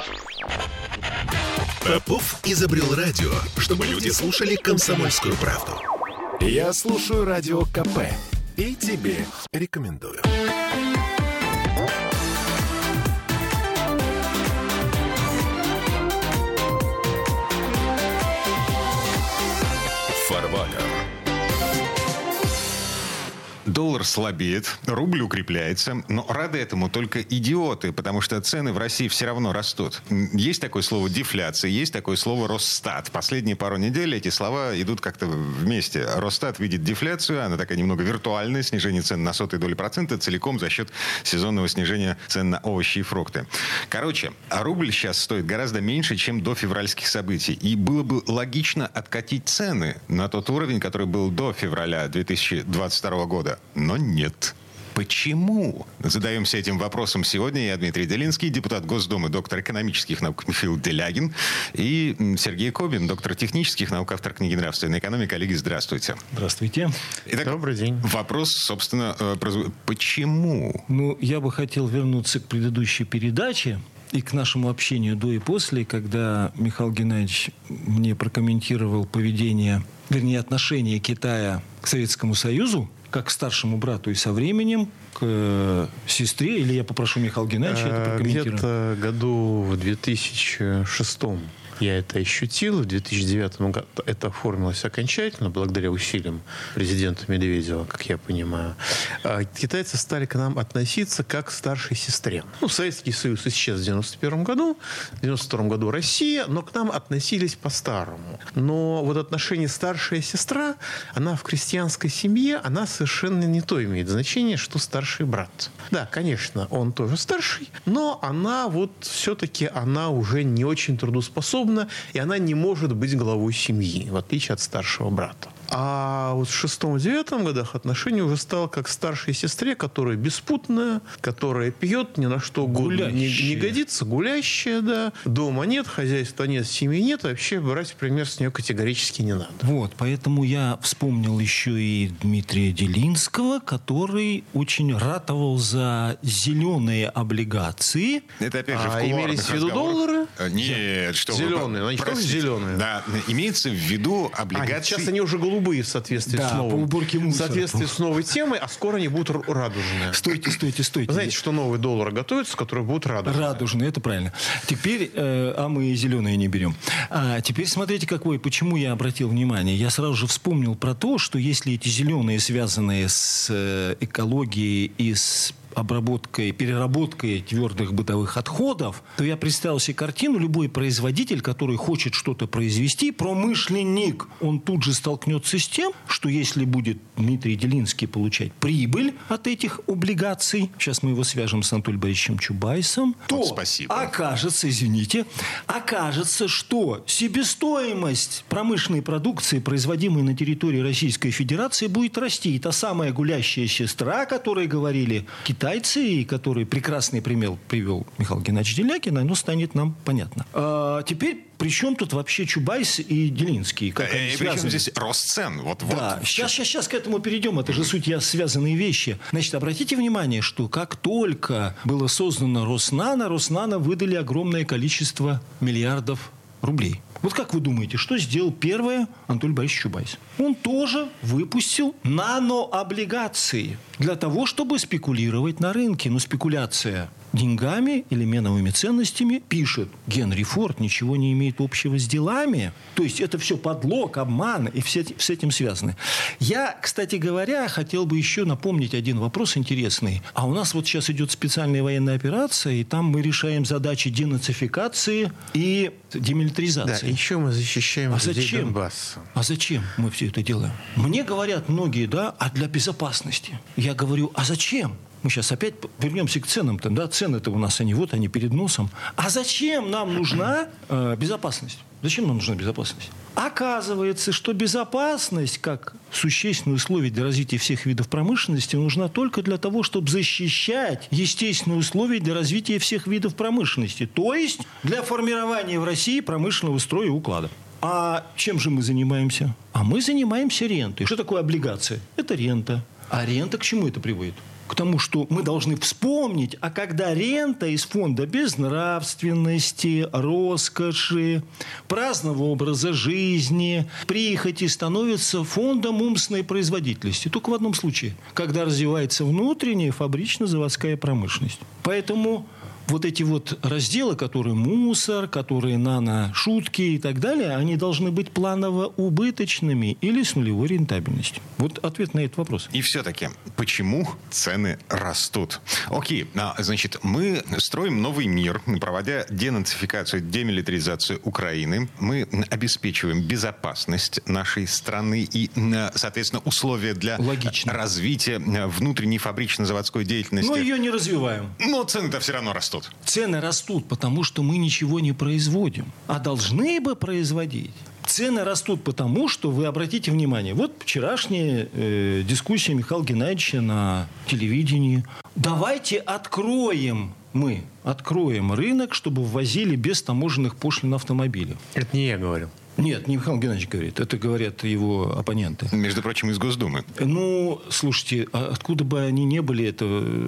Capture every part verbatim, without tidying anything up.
Попов изобрел радио, чтобы люди слушали «Комсомольскую правду». Я слушаю Радио КП и тебе рекомендую. Фарватер. Доллар слабеет, рубль укрепляется, но рады этому только идиоты, потому что цены в России все равно растут. Есть такое слово «дефляция», есть такое слово «Росстат». Последние пару недель эти слова идут как-то вместе. Росстат видит дефляцию, она такая немного виртуальная, снижение цен на сотые доли процента целиком за счет сезонного снижения цен на овощи и фрукты. Короче, рубль сейчас стоит гораздо меньше, чем до февральских событий. И было бы логично откатить цены на тот уровень, который был до февраля две тысячи двадцать второго года. Но нет. Почему? Задаемся этим вопросом сегодня. Я Дмитрий Делинский, депутат Госдумы, доктор экономических наук Михаил Делягин и Сергей Кобин, доктор технических наук, автор книги «Нравственная экономия». Коллеги, здравствуйте. Здравствуйте. Итак, добрый день. Вопрос, собственно, почему? Ну, я бы хотел вернуться к предыдущей передаче и к нашему общению до и после, когда Михаил Геннадьевич мне прокомментировал поведение, вернее, отношение Китая к Советскому Союзу, как к старшему брату, и со временем к э, сестре, или я попрошу Михаила Геннадьевича это прокомментировать. Где-то году в две тысячи шестом я это ощутил. В две тысячи девятом году это оформилось окончательно, благодаря усилиям президента Медведева, как я понимаю. Китайцы стали к нам относиться как к старшей сестре. Ну, Советский Союз исчез в девяносто первом году, в девяносто втором году Россия, но к нам относились по-старому. Но вот отношение старшая сестра, она в крестьянской семье, она совершенно не то имеет значение, что старший брат. Да, конечно, он тоже старший, но она вот все-таки она уже не очень трудоспособна, и она не может быть главой семьи, в отличие от старшего брата. А вот в шестом-девятом годах отношение уже стало как к старшей сестре, которая беспутная, которая пьет, ни на что угодно не, не годится, гулящая, да. Дома нет, хозяйства нет, семьи нет, вообще брать пример с нее категорически не надо. Вот, поэтому я вспомнил еще и Дмитрия Делинского, который очень ратовал за зеленые облигации. Это опять же в а кулуарных имелись в виду разговорах. доллары? Нет, что зеленые, вы... они тоже Простите. зеленые. Да, имеется в виду облигации... А, сейчас они уже голубые в соответствии, да, с, новым, в соответствии с новой темой, а скоро они будут радужные. Стойте, стойте, стойте. Вы знаете, что новые доллары готовятся, которые будут радужные? Радужные, это правильно. Теперь, э, а мы зеленые не берем. А теперь смотрите, какой, почему я обратил внимание. Я сразу же вспомнил про то, что если эти зеленые, связанные с э, экологией и с обработкой, переработкой твердых бытовых отходов, то я представил себе картину: любой производитель, который хочет что-то произвести, промышленник, он тут же столкнется с тем, что если будет Дмитрий Делинский получать прибыль от этих облигаций, сейчас мы его свяжем с Анатолием Борисовичем Чубайсом, то вот спасибо. окажется, извините, окажется, что себестоимость промышленной продукции, производимой на территории Российской Федерации, будет расти. И та самая гулящая сестра, о которой говорили китайцы, и который прекрасный пример привел Михаил Геннадьевич Делягин, оно станет нам понятно. А теперь, при чем тут вообще Чубайс и Делинский? Как да, они и связаны? причем здесь рост цен? Вот, Да, вот. сейчас, сейчас, сейчас к этому перейдем. Это же суть я связанные вещи. Значит, обратите внимание, что как только было создано Роснано, Роснано выдали огромное количество миллиардов рублей. Вот как вы думаете, что сделал первое Анатолий Борисович Чубайс? Он тоже выпустил нанооблигации для того, чтобы спекулировать на рынке. Но спекуляция деньгами или меновыми ценностями, пишет Генри Форд, ничего не имеет общего с делами. То есть это все подлог, обман, и все с этим связаны. Я, кстати говоря, хотел бы еще напомнить один вопрос интересный. А у нас вот сейчас идет специальная военная операция, и там мы решаем задачи денацификации и демилитаризации. Да, еще мы защищаем а людей зачем? Донбасса. А зачем мы все это делаем? Мне говорят многие, да, а для безопасности. Я говорю, а зачем? Мы сейчас опять вернемся к ценам-то, да, цены-то у нас, они вот, они перед носом. А зачем нам нужна э, безопасность? Зачем нам нужна безопасность? Оказывается, что безопасность, как существенное условие для развития всех видов промышленности, нужна только для того, чтобы защищать естественные условия для развития всех видов промышленности. То есть для формирования в России промышленного строя и уклада. А чем же мы занимаемся? А мы занимаемся рентой. Что такое облигация? Это рента. А рента к чему это приводит? к тому, что мы должны вспомнить, а когда рента из фонда безнравственности, роскоши, праздного образа жизни, прихоти становится фондом умственной производительности. Только в одном случае, когда развивается внутренняя фабрично-заводская промышленность. Поэтому вот эти вот разделы, которые мусор, которые нано-шутки и так далее, они должны быть планово-убыточными или с нулевой рентабельностью. Вот ответ на этот вопрос. И все-таки, почему цены растут? Окей, значит, мы строим новый мир, проводя денацификацию, демилитаризацию Украины. Мы обеспечиваем безопасность нашей страны и, соответственно, условия для Логично. развития внутренней фабрично-заводской деятельности. Но ее не развиваем. Но цены-то все равно растут. Цены растут, потому что мы ничего не производим, а должны бы производить. Цены растут потому, что, вы обратите внимание, вот вчерашняя э, дискуссия Михаила Геннадьевича на телевидении. Давайте откроем мы, откроем рынок, чтобы ввозили без таможенных пошлин автомобили. Это не я говорил. Нет, не Михаил Геннадьевич говорит, это говорят его оппоненты. Между прочим, из Госдумы. Ну, слушайте, а откуда бы они не были, это,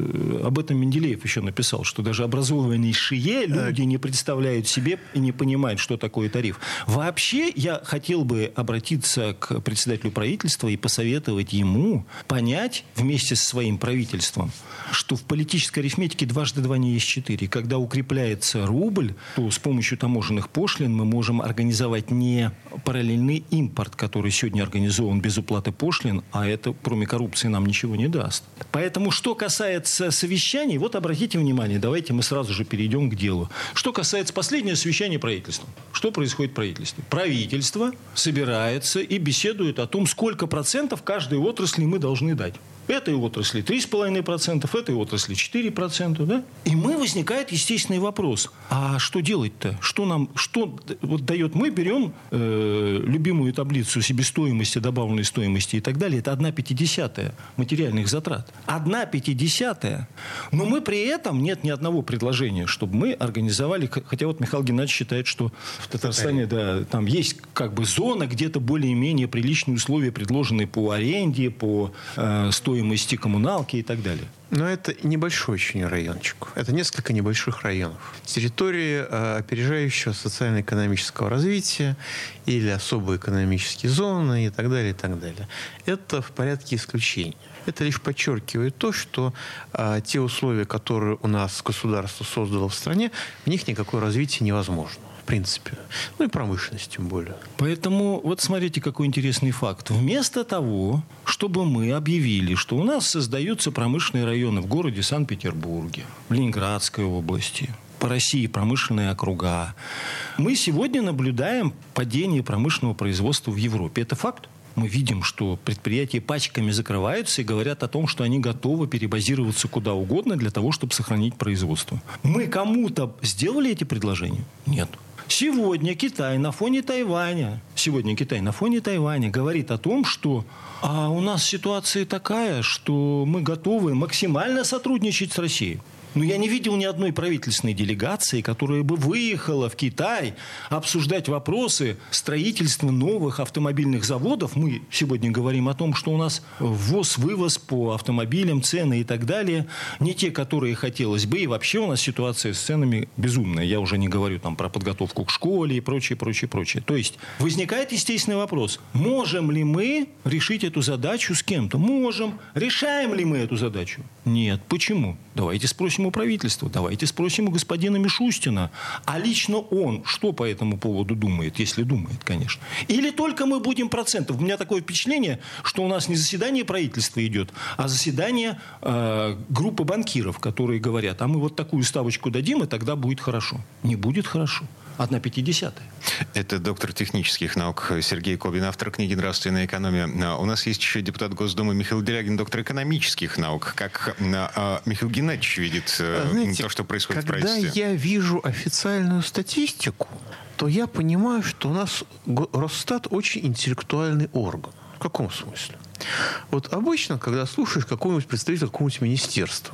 об этом Менделеев еще написал, что даже образованнейшие люди не представляют себе и не понимают, что такое тариф. Вообще, я хотел бы обратиться к председателю правительства и посоветовать ему понять вместе со своим правительством, что в политической арифметике дважды два не есть четыре. Когда укрепляется рубль, то с помощью таможенных пошлин мы можем организовать не параллельный импорт, который сегодня организован без уплаты пошлин, а это, кроме коррупции, нам ничего не даст. Поэтому, что касается совещаний, вот обратите внимание, давайте мы сразу же перейдем к делу. Что касается последнего совещания правительства. Что происходит в правительстве? Правительство собирается и беседует о том, сколько процентов каждой отрасли мы должны дать. Этой отрасли три с половиной процента, этой отрасли четыре процента. Да? И мы возникает естественный вопрос. А что делать-то? Что нам что вот дает? Мы берем э, любимую таблицу себестоимости, добавленной стоимости и так далее. Это одна пятидесятая материальных затрат. Одна пятидесятая. Но мы при этом нет ни одного предложения, чтобы мы организовали... Хотя вот Михаил Геннадьевич считает, что в Татарстане да, там есть как бы зона, где-то более-менее приличные условия, предложенные по аренде, по э, стоимости стоимости коммуналки и так далее. Но это небольшой очень райончик. Это несколько небольших районов. Территории э, опережающего социально-экономического развития или особые экономические зоны и так далее, и так далее. Это в порядке исключения. Это лишь подчеркивает то, что э, те условия, которые у нас государство создало в стране, в них никакое развитие невозможно. В принципе. Ну и промышленность тем более. Поэтому вот смотрите, какой интересный факт. Вместо того, чтобы мы объявили, что у нас создаются промышленные районы в городе Санкт-Петербурге, в Ленинградской области, по России промышленные округа, мы сегодня наблюдаем падение промышленного производства в Европе. Это факт. Мы видим, что предприятия пачками закрываются и говорят о том, что они готовы перебазироваться куда угодно для того, чтобы сохранить производство. Мы кому-то сделали эти предложения? Нет. Сегодня Китай на фоне Тайваня, сегодня Китай на фоне Тайваня говорит о том, что а у нас ситуация такая, что мы готовы максимально сотрудничать с Россией. Но я не видел ни одной правительственной делегации, которая бы выехала в Китай обсуждать вопросы строительства новых автомобильных заводов. Мы сегодня говорим о том, что у нас ввоз-вывоз по автомобилям, цены и так далее не те, которые хотелось бы. И вообще у нас ситуация с ценами безумная. Я уже не говорю там про подготовку к школе и прочее, прочее, прочее. То есть возникает естественный вопрос. Можем ли мы решить эту задачу с кем-то? Можем. Решаем ли мы эту задачу? Нет. Почему? Давайте спросим у правительства, давайте спросим у господина Мишустина. А лично он что по этому поводу думает, если думает, конечно. Или только мы будем процентов. У меня такое впечатление, что у нас не заседание правительства идет, а заседание э, группы банкиров, которые говорят, а мы вот такую ставочку дадим, и тогда будет хорошо. Не будет хорошо. Одна пятидесятая. Это доктор технических наук Сергей Кобин, автор книги «Нравственная экономия». У нас есть еще депутат Госдумы Михаил Делягин, доктор экономических наук. Как а, Михаил Геннадьевич видит Знаете, то, что происходит в правительстве? Когда я вижу официальную статистику, то я понимаю, что у нас Росстат очень интеллектуальный орган. В каком смысле? Вот обычно, когда слушаешь какого-нибудь представителя какого-нибудь министерства,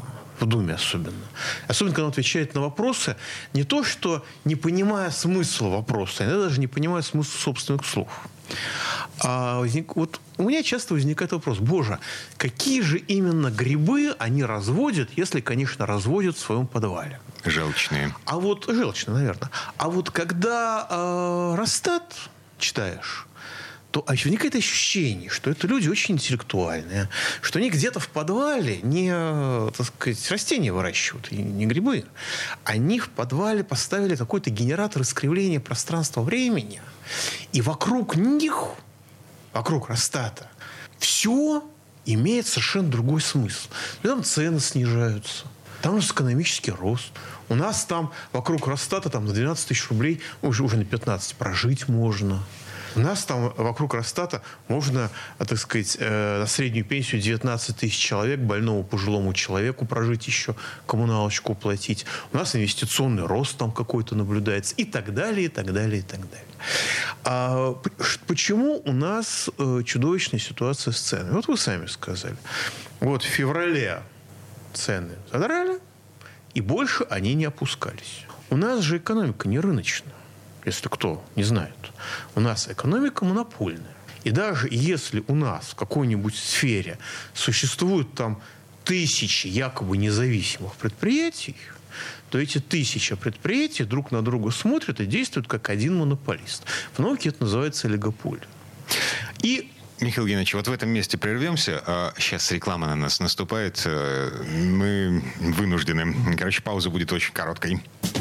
в Думе особенно. Особенно, когда он отвечает на вопросы, не то, что не понимая смысла вопроса, иногда даже не понимая смысла собственных слов. А возник, вот у меня часто возникает вопрос: боже, какие же именно грибы они разводят, если, конечно, разводят в своем подвале? Желчные. А вот, желчные, наверное. А вот когда э, Росстат читаешь, то возникает ощущение, что это люди очень интеллектуальные, что они где-то в подвале не, так сказать, растения выращивают, и не грибы. Они в подвале поставили какой-то генератор искривления пространства-времени, и вокруг них, вокруг Росстата, все имеет совершенно другой смысл. Там цены снижаются, там у нас экономический рост. У нас там вокруг Росстата там, на двенадцать тысяч рублей уже, уже на пятнадцать прожить можно. У нас там вокруг Росстата можно, так сказать, э, на среднюю пенсию девятнадцать тысяч человек, больному пожилому человеку прожить еще, коммуналочку платить. У нас инвестиционный рост там какой-то наблюдается. И так далее, и так далее, и так далее. А почему у нас э, чудовищная ситуация с ценами? Вот вы сами сказали. Вот в феврале цены задрали, и больше они не опускались. У нас же экономика не рыночная. Если кто не знает, у нас экономика монопольная. И даже если у нас в какой-нибудь сфере существуют там тысячи якобы независимых предприятий, то эти тысячи предприятий друг на друга смотрят и действуют как один монополист. В науке это называется олигополия. И Михаил Геннадьевич, вот в этом месте прервемся. Сейчас реклама на нас наступает. Мы вынуждены. Короче, пауза будет очень короткой.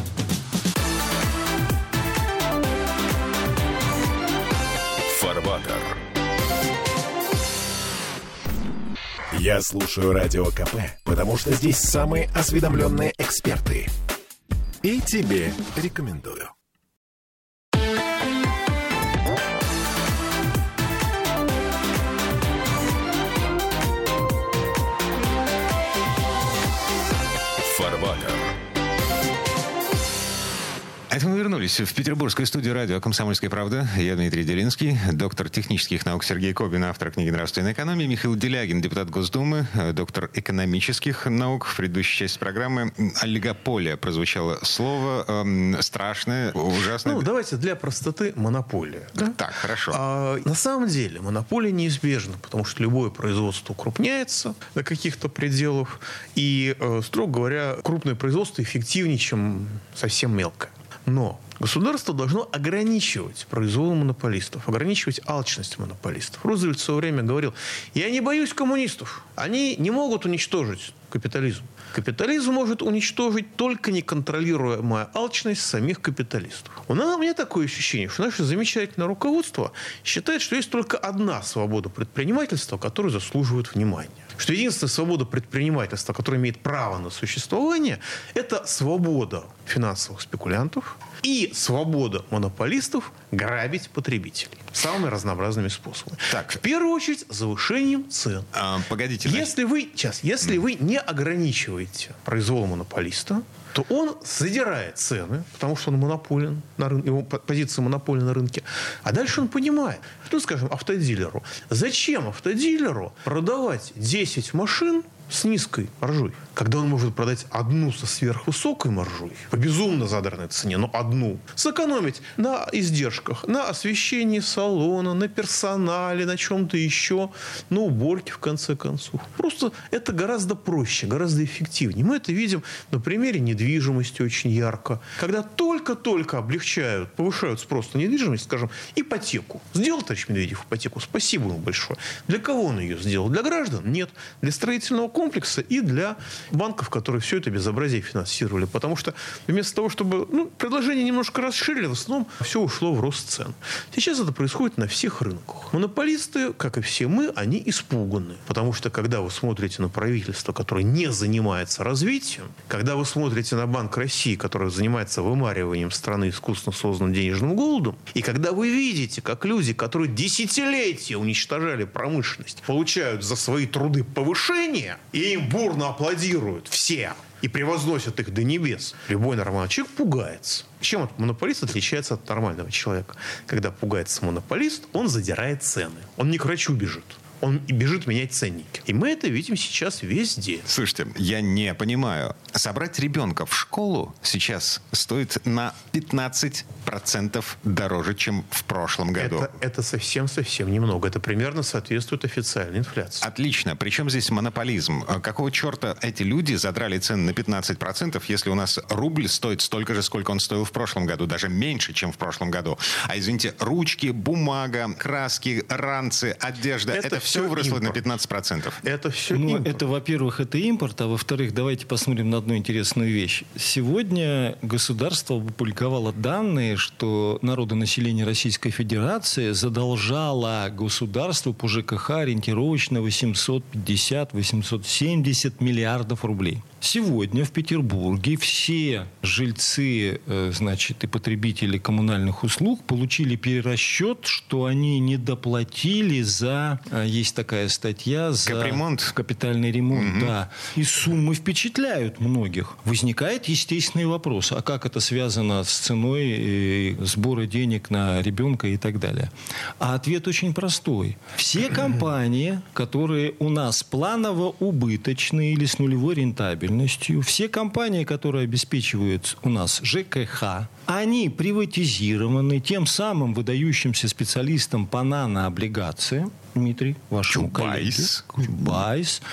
Фарватер. Я слушаю Радио КП, потому что здесь самые осведомленные эксперты. И тебе рекомендую. Фарватер. Это мы вернулись в петербургскую студию радио «Комсомольская правда». Я Дмитрий Делинский, доктор технических наук Сергей Кобин, автор книги «Нравственная экономия», Михаил Делягин, депутат Госдумы, доктор экономических наук. В предыдущей части программы олигополия прозвучало слово эм, страшное, ужасное. Ну, давайте для простоты монополия. Да? Так, хорошо. А, на самом деле монополия неизбежна, потому что любое производство укрупняется до каких-то пределов. И, э, строго говоря, крупное производство эффективнее, чем совсем мелкое. Но государство должно ограничивать произвол монополистов, ограничивать алчность монополистов. Рузвельт в свое время говорил: я не боюсь коммунистов, они не могут уничтожить капитализм. Капитализм может уничтожить только неконтролируемая алчность самих капиталистов. У нас, у меня такое ощущение, что наше замечательное руководство считает, что есть только одна свобода предпринимательства, которая заслуживает внимания. Что единственная свобода предпринимательства, которая имеет право на существование, это свобода финансовых спекулянтов и свобода монополистов грабить потребителей самыми разнообразными способами. Так. В первую очередь, завышением цен. А, погодите. Если вы, сейчас, если вы не ограничиваете произвол монополиста, то он задирает цены, потому что он монополен на рынке, его позиция монопольна на рынке. А дальше он понимает, что, скажем, автодилеру. Зачем автодилеру продавать десять машин с низкой маржой, когда он может продать одну со сверхвысокой маржой по безумно задранной цене, но одну, сэкономить на издержках, на освещении салона, на персонале, на чем-то еще, на уборке, в конце концов. Просто это гораздо проще, гораздо эффективнее. Мы это видим на примере недвижимости очень ярко. Когда только-только облегчают, повышают спрос на недвижимость, скажем, ипотеку. Сделал, товарищ Медведев, ипотеку? Спасибо ему большое. Для кого он ее сделал? Для граждан? Нет. Для строительного комплекса и для банков, которые все это безобразие финансировали. Потому что вместо того, чтобы ну, предложение немножко расширили, в основном все ушло в рост цен. Сейчас это происходит на всех рынках. Монополисты, как и все мы, они испуганы. Потому что, когда вы смотрите на правительство, которое не занимается развитием, когда вы смотрите на Банк России, который занимается вымариванием страны искусственно созданным денежным голодом, и когда вы видите, как люди, которые десятилетия уничтожали промышленность, получают за свои труды повышение, и им бурно аплодируют все и превозносят их до небес, любой нормальный человек пугается. Чем монополист отличается от нормального человека? Когда пугается монополист, он задирает цены. Он не к врачу бежит. Он бежит менять ценники. И мы это видим сейчас везде. Слушайте, я не понимаю. Собрать ребенка в школу сейчас стоит на пятнадцать процентов дороже, чем в прошлом году. Это, это совсем-совсем немного. Это примерно соответствует официальной инфляции. Отлично. Причем здесь монополизм? Какого черта эти люди задрали цены на пятнадцать процентов, если у нас рубль стоит столько же, сколько он стоил в прошлом году, даже меньше, чем в прошлом году? А извините, ручки, бумага, краски, ранцы, одежда, это, это все выросло импорт. На пятнадцать процентов. Это все ну, импорт. Это, во-первых, это импорт, а во-вторых, давайте посмотрим на одну интересную вещь. Сегодня государство опубликовало данные, что народонаселение Российской Федерации задолжало государству по ЖКХ ориентировочно восемьсот пятьдесят - восемьсот семьдесят миллиардов рублей. Сегодня в Петербурге все жильцы, значит, и потребители коммунальных услуг получили перерасчет, что они не доплатили за, есть такая статья, за капремонт. Капитальный ремонт. Угу. Да. И суммы впечатляют многих. Возникает естественный вопрос, а как это связано с ценой сбора денег на ребенка и так далее? А ответ очень простой. Все компании, которые у нас планово убыточные или с нулевой рентабельностью, все компании, которые обеспечивают у нас ЖКХ, они приватизированы тем самым выдающимся специалистом по нанооблигациям, Дмитрий, вашему коллеге. Чубайс.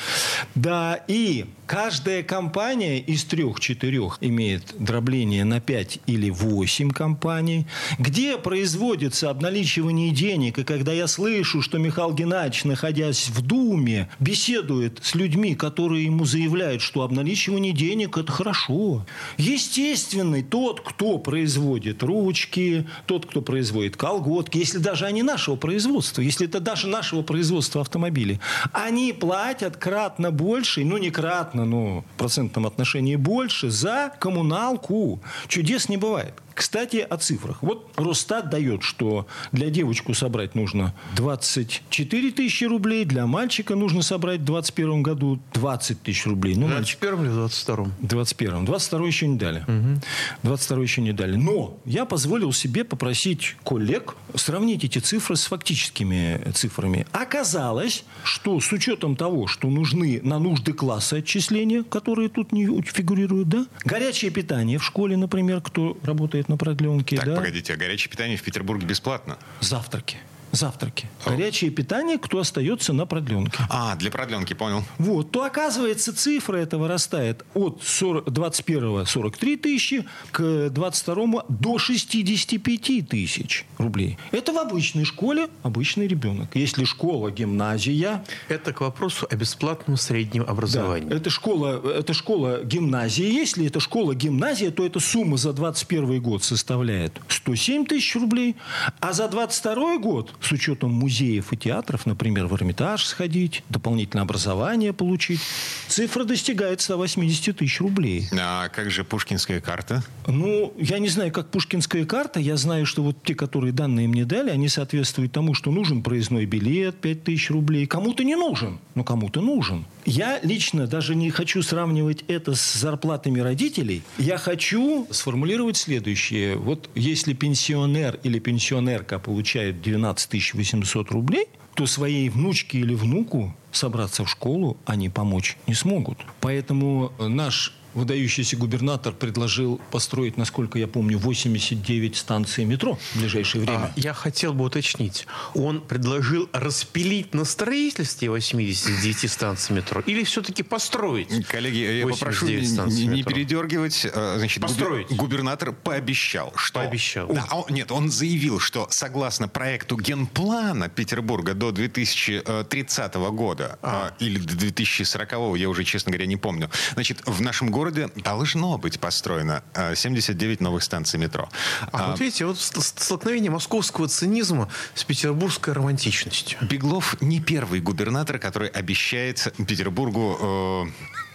Да, и каждая компания из трех-четырех имеет дробление на пять или восемь компаний, где производится обналичивание денег. И когда я слышу, что Михаил Геннадьевич, находясь в Думе, беседует с людьми, которые ему заявляют, что обналичивание денег – это хорошо. Естественный тот, кто производит ручки, тот, кто производит колготки, если даже они нашего производства, если это даже нашего производства автомобилей, они платят кратно больше, ну не кратно, но в процентном отношении больше за коммуналку. Чудес не бывает. Кстати, о цифрах. Вот Росстат дает, что для девочку собрать нужно двадцать четыре тысячи рублей, для мальчика нужно собрать в двадцать первом году двадцать тысяч рублей. Ну, в двадцать первом или в двадцать втором? В двадцать первом. двадцать второй еще не дали. Угу. двадцать второй еще не дали. Но я позволил себе попросить коллег сравнить эти цифры с фактическими цифрами. Оказалось, что с учетом того, что нужны на нужды класса отчисления, которые тут не фигурируют, да? Горячее питание в школе, например, кто работает на продленке. Так, да? погодите, а горячее питание в Петербурге бесплатно? Завтраки. Завтраки. О. Горячее питание, кто остается на продленке. А, для продленки, понял. Вот, то оказывается цифра эта вырастает от двадцать первого сорок три тысячи к двадцать второму до шестьдесят пять тысяч рублей. Это в обычной школе обычный ребенок. Если школа, гимназия... Это к вопросу о бесплатном среднем образовании. Да, это школа, это школа, гимназия. Если это школа, гимназия, то эта сумма за двадцать первый год составляет сто семь тысяч рублей, а за двадцать второй год с учетом музеев и театров, например, в Эрмитаж сходить, дополнительное образование получить, цифра достигает ста восьмидесяти тысяч рублей. А как же пушкинская карта? Ну, я не знаю, как пушкинская карта. Я знаю, что вот те, которые данные мне дали, они соответствуют тому, что нужен проездной билет пять тысяч рублей. Кому-то не нужен, но кому-то нужен. Я лично даже не хочу сравнивать это с зарплатами родителей. Я хочу сформулировать следующее. Вот если пенсионер или пенсионерка получает двенадцать тысяч восемьсот рублей, то своей внучке или внуку собраться в школу они помочь не смогут. Поэтому наш выдающийся губернатор предложил построить, насколько я помню, восемьдесят девять станций метро в ближайшее время. А, я хотел бы уточнить. Он предложил распилить на строительстве восемьдесят девять станций метро или все-таки построить? Коллеги, я попрошу не, не передергивать. Значит, построить. Губернатор пообещал, что... Пообещал. Да, он, нет, он заявил, что согласно проекту генплана Петербурга до две тысячи тридцатого года а. или до две тысячи сорокового, я уже, честно говоря, не помню. Значит, в нашем городе должно быть построено семьдесят девять новых станций метро. А, а вот видите, вот столкновение московского цинизма с петербургской романтичностью. Беглов не первый губернатор, который обещает Петербургу... Э,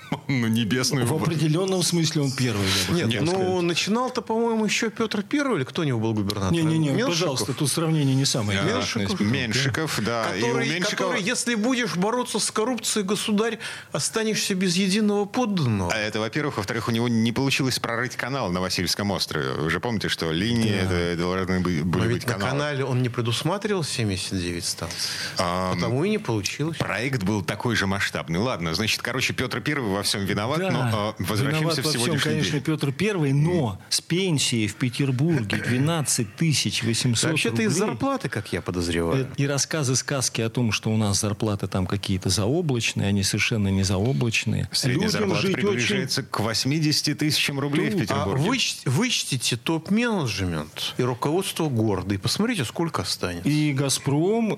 Ну, небесную. В определенном смысле он первый. Нет, Нет, ну, начинал-то, по-моему, еще Петр Первый, или кто у него был губернатор? Не-не-не, пожалуйста, тут сравнение не самое. А, Меньшиков, Меньшиков, да. Который, и у Меньшикова... который, если будешь бороться с коррупцией, государь, останешься без единого подданного. А это, во-первых. Во-вторых, у него не получилось прорыть канал на Васильевском острове. Вы же помните, что линии да. это должны были Но быть ведь каналы. На канале он не предусматривал семьдесят девять станций. А, потому и не получилось. Проект был такой же масштабный. Ладно, значит, короче, Петр Первый во всем виноват, да. но а, возвращаемся Виноват в во всем, конечно, день. Петр Первый, но с пенсией в Петербурге двенадцать тысяч восемьсот Вообще-то рублей. из зарплаты, как я подозреваю. И рассказы, сказки о том, что у нас зарплаты там какие-то заоблачные, они совершенно не заоблачные. Средняя Людям зарплата жить приближается очень... к восьмидесяти тысячам рублей в Тут. Петербурге. А вычтите, вычтите топ-менеджмент и руководство города, и посмотрите, сколько останется. И «Газпром»,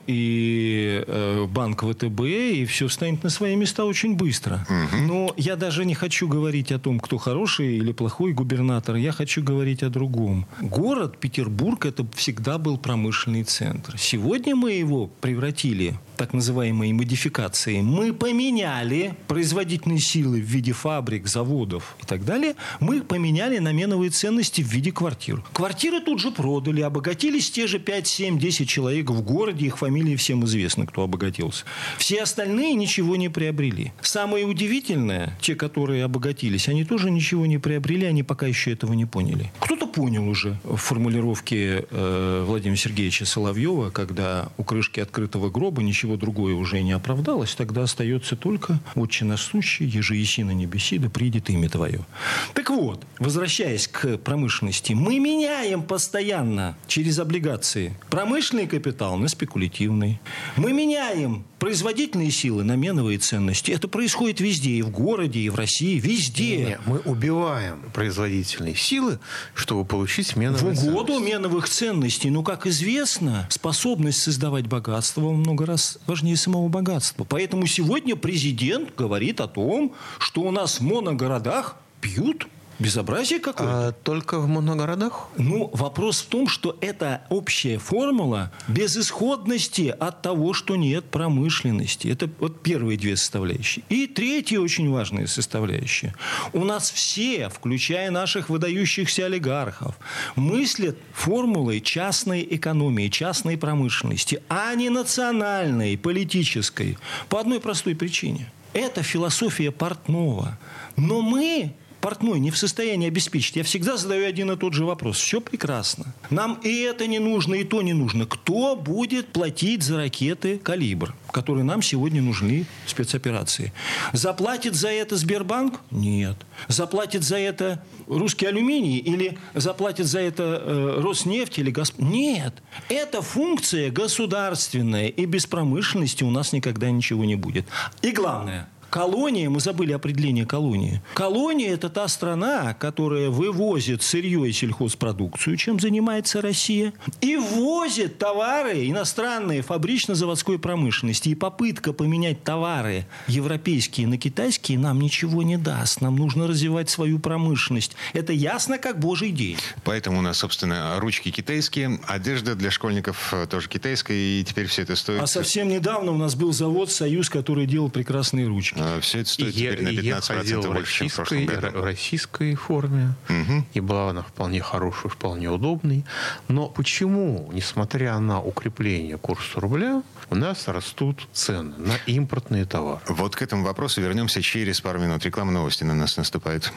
и э, банк ВТБ, и все встанет на свои места очень быстро. Угу. Но я даже не хочу говорить о том, кто хороший или плохой губернатор. Я хочу говорить о другом. Город Петербург – это всегда был промышленный центр. Сегодня мы его превратили, так называемые модификации. Мы поменяли производительные силы в виде фабрик, заводов и так далее. Мы поменяли на меновые ценности в виде квартир. Квартиры тут же продали, обогатились те же пять, семь, десять человек в городе. Их фамилии всем известны, кто обогатился. Все остальные ничего не приобрели. Самое удивительное, те, которые обогатились, они тоже ничего не приобрели, они пока еще этого не поняли. Кто-то понял уже в формулировке э, Владимира Сергеевича Соловьева, когда у крышки открытого гроба ничего другое уже не оправдалось, тогда остается только «Отче наш сущий, еже еси на небеси, да придет имя Твое». Так вот, возвращаясь к промышленности, мы меняем постоянно через облигации промышленный капитал на спекулятивный. Мы меняем производительные силы на меновые ценности. Это происходит везде, и в городе, и в России, везде. Нет, мы убиваем производительные силы, чтобы получить меновые ценности. В угоду меновых ценностей. Но, как известно, способность создавать богатство во много раз важнее самого богатства. Поэтому сегодня президент говорит о том, что у нас в моногородах пьют. Безобразие какое-то. А только в моногородах? Ну, вопрос в том, что это общая формула безысходности от того, что нет промышленности. Это вот первые две составляющие. И третья очень важная составляющая. У нас все, включая наших выдающихся олигархов, мыслят формулой частной экономии, частной промышленности, а не национальной, политической. По одной простой причине. Это философия Портнова. Но мы... Портной не в состоянии обеспечить. Я всегда задаю один и тот же вопрос. Все прекрасно. Нам и это не нужно, и то не нужно. Кто будет платить за ракеты «Калибр», которые нам сегодня нужны в спецоперации? Заплатит за это Сбербанк? Нет. Заплатит за это русский алюминий? Или заплатит за это э, Роснефть или Газпром? Нет. Это функция государственная. И без промышленности у нас никогда ничего не будет. И главное... Колония, мы забыли определение колонии. Колония – это та страна, которая вывозит сырье и сельхозпродукцию, чем занимается Россия, и ввозит товары иностранные фабрично-заводской промышленности. И попытка поменять товары европейские на китайские нам ничего не даст. Нам нужно развивать свою промышленность. Это ясно, как божий день. Поэтому у нас, собственно, ручки китайские, одежда для школьников тоже китайская, и теперь все это стоит... А совсем недавно у нас был завод «Союз», который делал прекрасные ручки. Все это стоит и теперь я, на пятнадцать процентов больше, чем в прошлом году. В российской форме. Угу. И была она вполне хорошей, вполне удобной. Но почему, несмотря на укрепление курса рубля, у нас растут цены на импортные товары? Вот к этому вопросу вернемся через пару минут. Реклама, новости на нас наступает.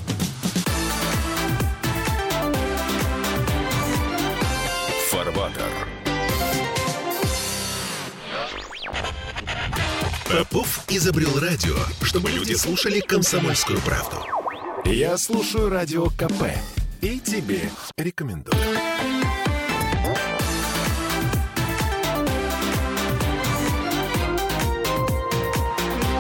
Фарватер. Попов изобрел радио, чтобы люди слушали «Комсомольскую правду». Я слушаю радио КП и тебе рекомендую.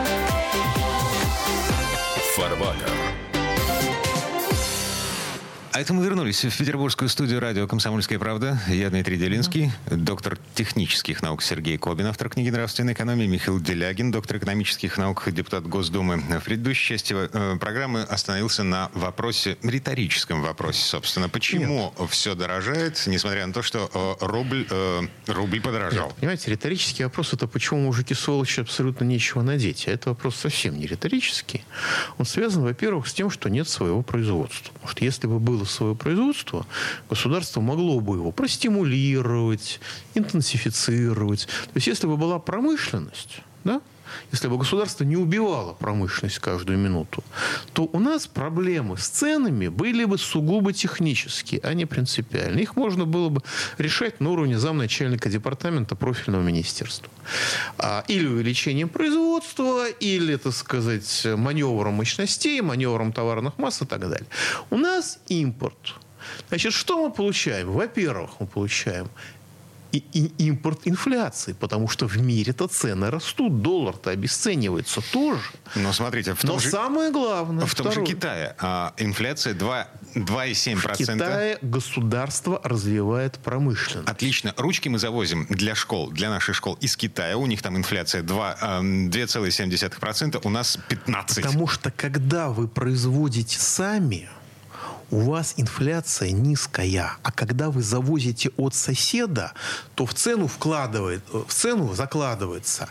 Фарватер. А это мы вернулись в петербургскую студию радио «Комсомольская правда». Я Дмитрий Делинский, mm-hmm. доктор технических наук Сергей Кобин, автор книги «Нравственная экономия», Михаил Делягин, доктор экономических наук, депутат Госдумы. В предыдущей части э, программы остановился на вопросе, риторическом вопросе, собственно. Почему Нет. все дорожает, несмотря на то, что э, рубль, э, рубль подорожал? Нет, понимаете, риторический вопрос — это почему мужики сволочи абсолютно нечего надеть. А это вопрос совсем не риторический. Он связан, во-первых, с тем, что нет своего производства. Потому что если бы было свое производство, государство могло бы его простимулировать, интенсифицировать. То есть, если бы была промышленность, да, если бы государство не убивало промышленность каждую минуту, то у нас проблемы с ценами были бы сугубо технические, а не принципиальные. Их можно было бы решать на уровне замначальника департамента профильного министерства. Или увеличением производства, или, так сказать, маневром мощностей, маневром товарных масс и так далее. У нас импорт. Значит, что мы получаем? Во-первых, мы получаем И, и импорт инфляции, потому что в мире-то цены растут, доллар-то обесценивается тоже. Но смотрите, в том Но же, самое главное, в том второе. же Китае а, инфляция два и семь десятых процента. В Китае государство развивает промышленность. Отлично. Ручки мы завозим для школ, для наших школ из Китая. У них там инфляция два целых семь десятых процента, у нас пятнадцать процентов. Потому что когда вы производите сами, у вас инфляция низкая, а когда вы завозите от соседа, то в цену вкладывает, в цену закладывается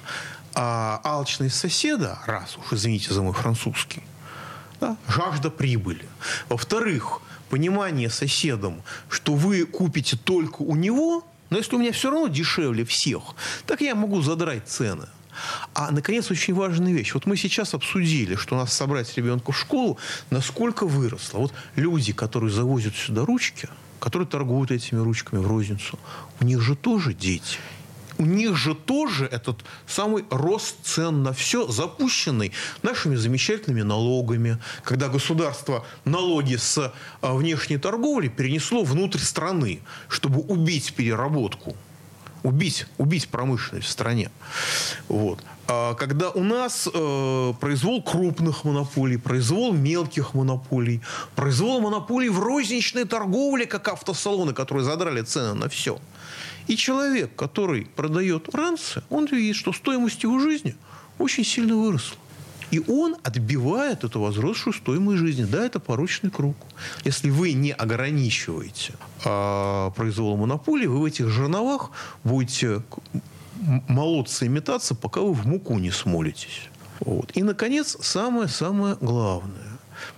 а, алчность соседа, раз уж, извините за мой французский, да, жажда прибыли. Во-вторых, понимание соседом, что вы купите только у него, но если у меня все равно дешевле всех, так я могу задрать цены. А, наконец, очень важная вещь. Вот мы сейчас обсудили, что у нас собрать ребенка в школу, насколько выросло. Вот люди, которые завозят сюда ручки, которые торгуют этими ручками в розницу, у них же тоже дети. У них же тоже этот самый рост цен на все, запущенный нашими замечательными налогами, когда государство налоги с внешней торговли перенесло внутрь страны, чтобы убить переработку. Убить, убить промышленность в стране. Вот. А когда у нас э, произвол крупных монополий, произвол мелких монополий, произвол монополий в розничной торговле, как автосалоны, которые задрали цены на все. И человек, который продает ранцы, он видит, что стоимость его жизни очень сильно выросла. И он отбивает эту возросшую стоимость жизни. Да, это порочный круг. Если вы не ограничиваете э, произвол монополии, вы в этих жерновах будете молоться и метаться, пока вы в муку не смолитесь. Вот. И, наконец, самое-самое главное,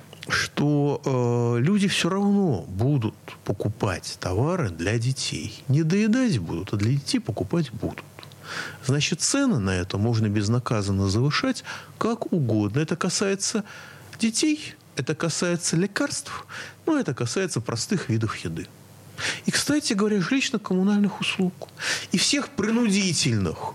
что э, люди все равно будут покупать товары для детей. Не доедать будут, а для детей покупать будут. Значит, цены на это можно безнаказанно завышать как угодно. Это касается детей, это касается лекарств, но это касается простых видов еды. И, кстати говоря, жилищно-коммунальных услуг. И всех принудительных,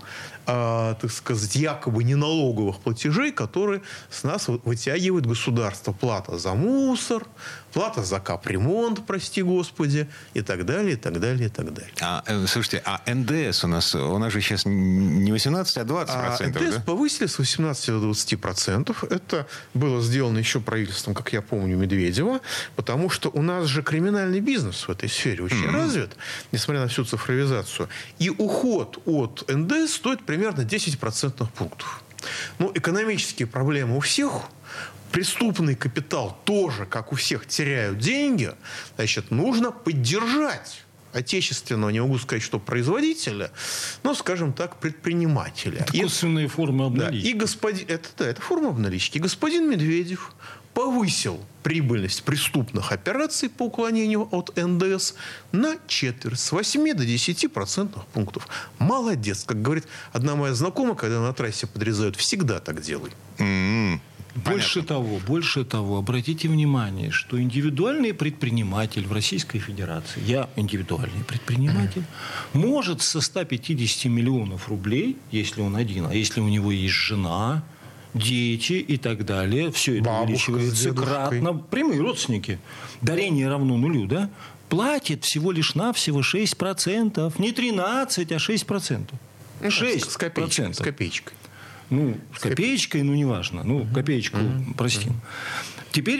э, так сказать, якобы неналоговых платежей, которые с нас вытягивает государство. Плата за мусор, плата за капремонт, прости господи, и так далее, и так далее, и так далее. А, э, слушайте, а эн дэ эс у нас, у нас же сейчас не восемнадцать, а двадцать процентов, а эн дэ эс да? повысили с восемнадцати до двадцати процентов. Это было сделано еще правительством, как я помню, Медведева, потому что у нас же криминальный бизнес в этой сфере очень mm-hmm. развит, несмотря на всю цифровизацию. И уход от эн дэ эс стоит примерно десять процентных пунктов. Ну, экономические проблемы у всех. Преступный капитал тоже, как у всех, теряют деньги. Значит, нужно поддержать отечественного, не могу сказать, что производителя, но, скажем так, предпринимателя. Это косвенные формы обналички. Да, и господин, это, да, это форма обналички. И господин Медведев повысил прибыльность преступных операций по уклонению от эн дэ эс на четверть, с восьми до десяти процентных пунктов. Молодец. Как говорит одна моя знакомая, когда на трассе подрезают, всегда так делай. Mm-hmm. Больше Понятно. того, больше того, обратите внимание, что индивидуальный предприниматель в Российской Федерации, я индивидуальный предприниматель, может со ста пятидесяти миллионов рублей, если он один, а если у него есть жена, дети и так далее, все это бабушка увеличивается кратно, прямые родственники, дарение равно нулю, да, платит всего лишь навсего шесть процентов, не тринадцать, а шесть процентов. шесть С копеечкой. С копеечкой. Ну, с копеечкой, ну, неважно. Ну, копеечку, mm-hmm. простим. Теперь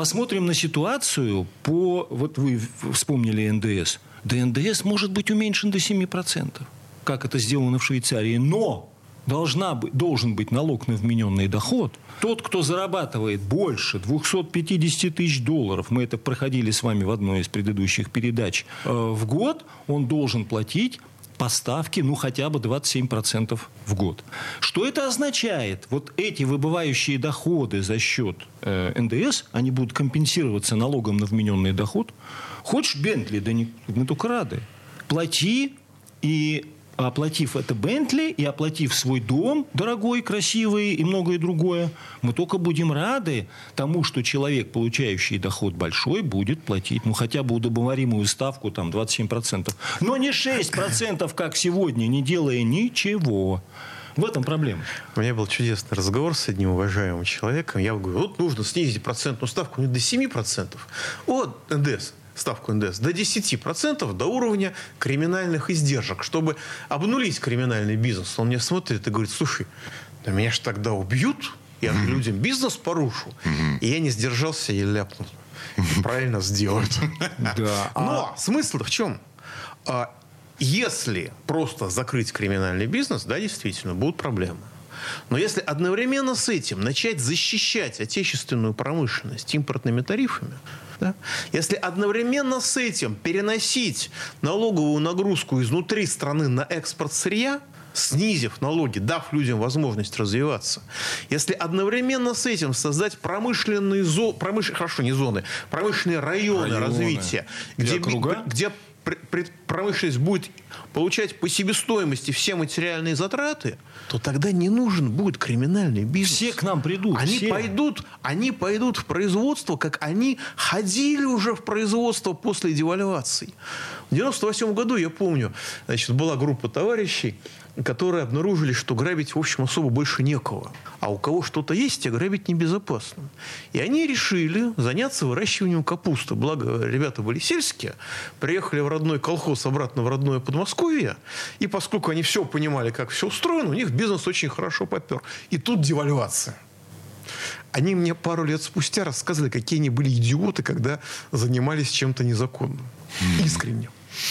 посмотрим на ситуацию по... Вот вы вспомнили эн дэ эс. Да эн дэ эс может быть уменьшен до семь процентов, как это сделано в Швейцарии. Но должна быть, должен быть налог на вмененный доход. Тот, кто зарабатывает больше двести пятьдесят тысяч долларов, мы это проходили с вами в одной из предыдущих передач, э, в год, он должен платить по ставке, ну, хотя бы двадцать семь процентов в год. Что это означает? Вот эти выбывающие доходы за счет э, эн дэ эс, они будут компенсироваться налогом на вмененный доход. Хочешь Бентли, да не, мы только рады. Плати, и оплатив это Бентли, и оплатив свой дом дорогой, красивый и многое другое, мы только будем рады тому, что человек, получающий доход большой, будет платить, ну, хотя бы удобоваримую ставку, там, двадцать семь процентов. Но не шесть процентов, как сегодня, не делая ничего. В этом проблема. У меня был чудесный разговор с одним уважаемым человеком. Я говорю, вот нужно снизить процентную ставку до семь процентов. Вот эн дэ эс. Ставку эн дэ эс до десять процентов, до уровня криминальных издержек, чтобы обнулить криминальный бизнес. Он мне смотрит и говорит, слушай, да меня же тогда убьют, я же людям бизнес порушу. И я не сдержался и ляпнул. Правильно сделают. Но смысл-то в чем? Если просто закрыть криминальный бизнес, да, действительно, будут проблемы. Но если одновременно с этим начать защищать отечественную промышленность импортными тарифами, да, если одновременно с этим переносить налоговую нагрузку изнутри страны на экспорт сырья, снизив налоги, дав людям возможность развиваться, если одновременно с этим создать промышленные зоны, промыш... хорошо, не зоны, промышленные районы, районы. развития, где, где промышленность будет получать по себестоимости все материальные затраты, то тогда не нужен будет криминальный бизнес. Все к нам придут. Они все. пойдут, они пойдут в производство, как они ходили уже в производство после девальвации. В девяносто восьмом году, я помню, значит, была группа товарищей, которые обнаружили, что грабить, в общем, особо больше некого. А у кого что-то есть, а грабить небезопасно. И они решили заняться выращиванием капусты. Благо, ребята были сельские, приехали в родной колхоз, обратно в родное Подмосковье. И поскольку они все понимали, как все устроено, у них бизнес очень хорошо попер. И тут девальвация. Они мне пару лет спустя рассказывали, какие они были идиоты, когда занимались чем-то незаконным. Искренне.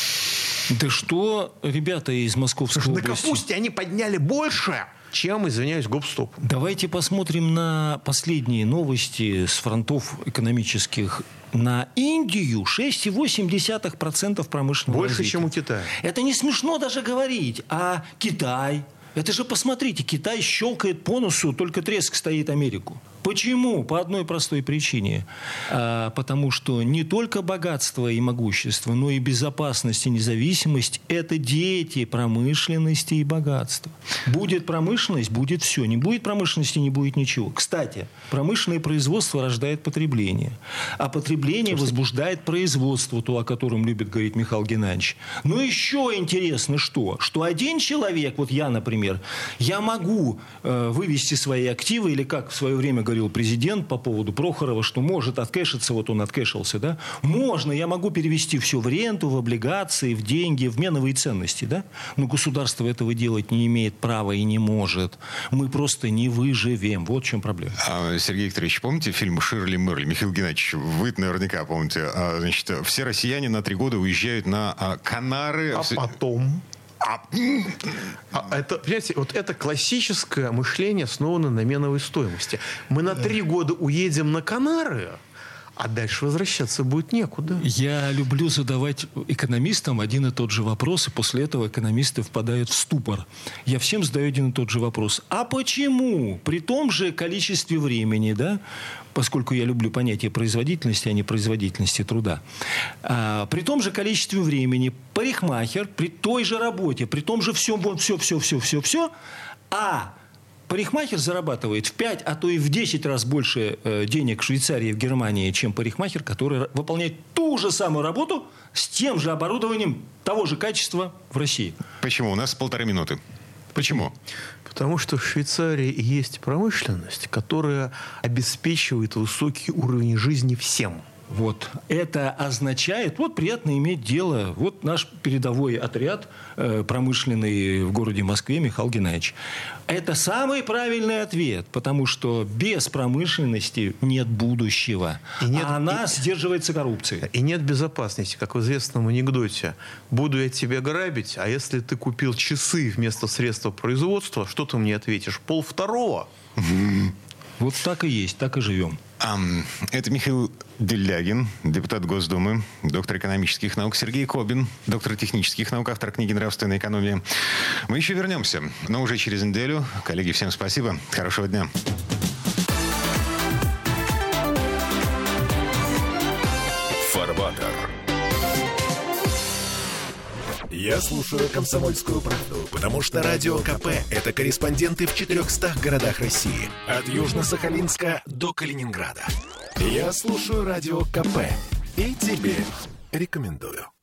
Да что, ребята из Московской Слушай, области... на капусте они подняли больше, чем, извиняюсь, гоп-стоп. Давайте посмотрим на последние новости с фронтов экономических. На Индию шесть целых восемь десятых процента промышленного Больше, развития. чем у Китая. Это не смешно даже говорить. А Китай... Это же, посмотрите, Китай щелкает по носу, только треск стоит Америку. Почему? По одной простой причине. А, потому что не только богатство и могущество, но и безопасность и независимость – это дети промышленности и богатства. Будет промышленность – будет все. Не будет промышленности – не будет ничего. Кстати, промышленное производство рождает потребление. А потребление возбуждает производство, то, о котором любит говорить Михаил Геннадьевич. Но еще интересно что? Что один человек, вот я, например, я могу э, вывести свои активы, или как в свое время говорил президент по поводу Прохорова, что может откэшиться, вот он откэшился, да? Можно, я могу перевести все в ренту, в облигации, в деньги, в меновые ценности, да? Но государство этого делать не имеет права и не может. Мы просто не выживем. Вот в чем проблема. А, Сергей Викторович, помните фильм «Ширли Мырли»? Михаил Геннадьевич, вы наверняка помните. А, значит, все россияне на три года уезжают на а, Канары. А потом... А, а это, понимаете, вот это классическое мышление, основано на меновой стоимости. Мы на три года уедем на Канары, а дальше возвращаться будет некуда. Я люблю задавать экономистам один и тот же вопрос, и после этого экономисты впадают в ступор. Я всем задаю один и тот же вопрос. А почему при том же количестве времени, да, поскольку я люблю понятие производительности, а не производительности труда, а, при том же количестве времени парикмахер при той же работе, при том же всем, вот все, все, все, все, все, а парикмахер зарабатывает в пять, а то и в десять раз больше э, денег в Швейцарии и в Германии, чем парикмахер, который выполняет ту же самую работу с тем же оборудованием того же качества в России. Почему? У нас полторы минуты. Почему? Потому что в Швейцарии есть промышленность, которая обеспечивает высокий уровень жизни всем. Вот. Это означает, вот приятно иметь дело, вот наш передовой отряд э, промышленный в городе Москве, Михаил Геннадьевич. Это самый правильный ответ, потому что без промышленности нет будущего, и нет, а она и, сдерживается коррупцией. И нет безопасности, как в известном анекдоте. Буду я тебя грабить, а если ты купил часы вместо средства производства, что ты мне ответишь? Пол второго? Вот так и есть, так и живем. Это Михаил Делягин, депутат Госдумы, доктор экономических наук, Сергей Кобин, доктор технических наук, автор книги «Нравственная экономия». Мы еще вернемся, но уже через неделю. Коллеги, всем спасибо. Хорошего дня. Фарватер. Я слушаю «Комсомольскую правду», потому что Радио КП – это корреспонденты в четырехстах городах России. От Южно-Сахалинска до Калининграда. Я слушаю Радио КП и тебе рекомендую.